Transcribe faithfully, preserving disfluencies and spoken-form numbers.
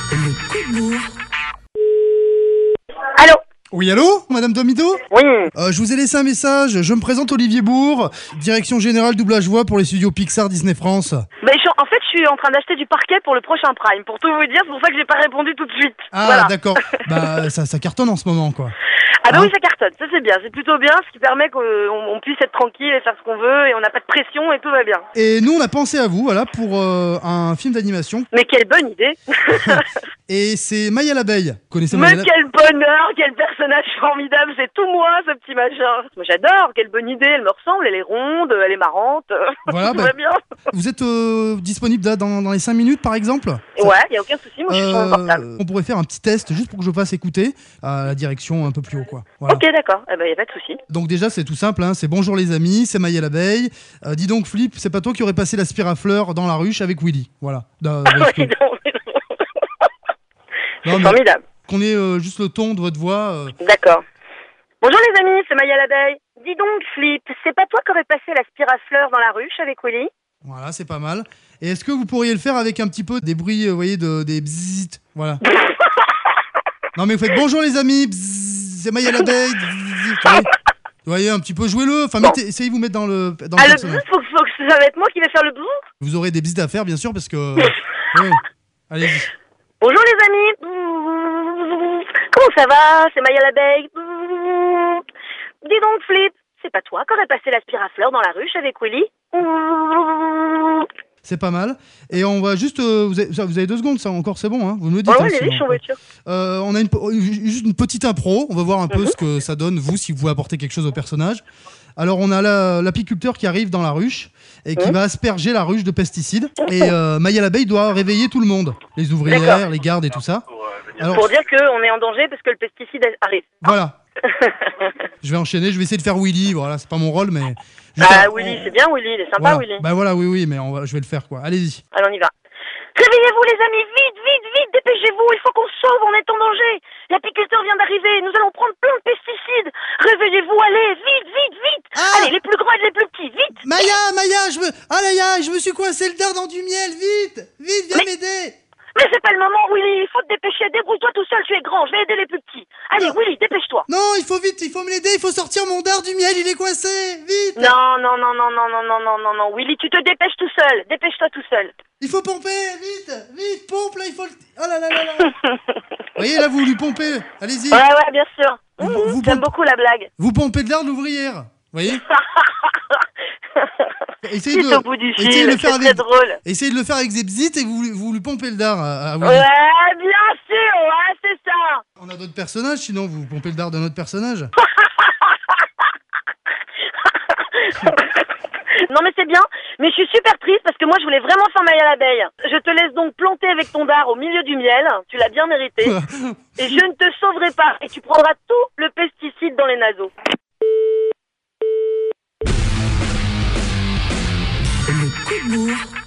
Le coup de bourre. Allô? Oui, allô, Madame Domido? Oui. Euh, je vous ai laissé un message. Je me présente Olivier Bourg, direction générale doublage voix pour les studios Pixar Disney France. Ben, je, en fait, je suis en train d'acheter du parquet pour le prochain Prime. Pour tout vous dire, c'est pour ça que j'ai pas répondu tout de suite. Ah, voilà. d'accord. Bah, ça, ça cartonne en ce moment, quoi. Ah bah Hein oui, ça cartonne, ça c'est bien, c'est plutôt bien, ce qui permet qu'on on puisse être tranquille et faire ce qu'on veut et on n'a pas de pression et tout va bien. Et nous, on a pensé à vous, voilà, pour euh, un film d'animation. Mais quelle bonne idée. Et c'est Maya l'abeille. Vous connaissez Mais Maya l'abeille? quel bonheur, quel personnage formidable, c'est tout moi ce petit machin. Moi j'adore, quelle bonne idée, elle me ressemble, elle est ronde, elle est marrante, Voilà, tout bah, va bien. Vous êtes euh, disponible là, dans, dans les cinq minutes, par exemple? Ça- Ouais, y a aucun souci, moi je suis sur mon portable. Euh, on pourrait faire un petit test juste pour que je fasse écouter à la direction un peu plus haut, quoi. Voilà. Ok, d'accord, eh ben y a pas de souci. Donc déjà c'est tout simple, hein. C'est bonjour les amis, c'est Maya l'abeille. Euh, dis donc Flip, c'est pas toi qui aurais passé l'aspirafleur dans la ruche avec Willy, voilà. Da- Ah parce que- oui, non, mais non. Non, C'est mais formidable. qu'on ait euh, juste le ton de votre voix. euh, D'accord. Bonjour les amis, c'est Maya l'abeille. Dis donc Flip, c'est pas toi qui aurais passé l'aspirafleur dans la ruche avec Willy? Voilà, c'est pas mal. Et est-ce que vous pourriez le faire avec un petit peu des bruits, euh, vous voyez, de, des bzzzt, voilà. Non mais vous faites bonjour les amis, bzzz, c'est Maya l'abeille. bzzz, vous voyez. Vous voyez, un petit peu, jouez-le. Enfin, Bon. mettez- essayez de vous mettre dans le, dans Ah le le personnage. bzzz, faut, que- faut que ça va être moi qui vais faire le bzzz. Vous aurez des bzzz à faire, bien sûr, parce que... oui. Allez-y. Bonjour les amis. Comment ça va? C'est Maya l'abeille. Dis donc Flip, c'est pas toi qui aurais passé l'aspirafleur dans la ruche avec Willy? C'est pas mal. Et on va juste... euh, vous, avez, ça, vous avez deux secondes, ça encore, c'est bon, hein. Vous me le dites. Ouais, hein, ouais, les sinon. riches en voiture. Euh, on a une, po- juste une petite impro. On va voir un peu Mhm. ce que ça donne, vous, si vous pouvez apporter quelque chose au personnage. Alors, on a la- l'apiculteur qui arrive dans la ruche et qui Mhm. va asperger la ruche de pesticides. Et euh, Maya l'abeille doit réveiller tout le monde. Les ouvrières, D'accord. les gardes et tout ça. Alors, Pour dire qu'on est en danger parce que le pesticide arrive. voilà. Je vais enchaîner. Je vais essayer de faire Willy. Voilà, c'est pas mon rôle, mais... juste Ah un- Willy, on- c'est bien Willy, il est sympa voilà. Willy. Bah voilà, oui, oui, mais on va- je vais le faire, quoi. Allez-y. Allez, on y va. Réveillez-vous les amis, vite, vite, vite, dépêchez-vous, il faut qu'on se sauve, on est en danger. L'apiculteur vient d'arriver, nous allons prendre plein de pesticides. Réveillez-vous, allez, vite, vite, vite. Ah Allez, les plus grands et les plus petits, vite. Maya, Maya, je me... Ah là, là, je me suis coincé le dard dans du miel. Vite, vite, viens Mais- m'aider. Mais c'est pas le moment, Willy, il faut te dépêcher, débrouille-toi tout seul, tu es grand, je vais aider les plus petits. Allez, Non. Willy, dépêche-toi. Non, il faut vite, il faut me l'aider, il faut sortir mon dard du miel, il est coincé, vite. Non, non, non, non, non, non, non, non, non, non, Willy, tu te dépêches tout seul, dépêche-toi tout seul. Il faut pomper, vite, vite, pompe là, il faut le... Oh là là là là. Vous voyez là, vous lui pompez, allez-y. Ouais, ouais, bien sûr. Vous- Mmh, vous J'aime pompe- beaucoup la blague. Vous pompez de l'air de l'ouvrière, vous voyez. Essayez C'est de... au bout du essayez fil, de le c'est faire très avec... drôle. Essayez de le faire avec des bzites et vous, vous lui pompez le dard à, à Willy. Ouais, bien sûr, ouais, c'est ça. On a d'autres personnages, sinon vous pompez le dard d'un autre personnage. Non mais c'est bien, mais je suis super triste parce que moi je voulais vraiment faire Maya l'abeille. Je te laisse donc planter avec ton dard au milieu du miel, tu l'as bien mérité, et je ne te sauverai pas, et tu prendras tout le pesticide dans les naseaux. Le coup de bourre.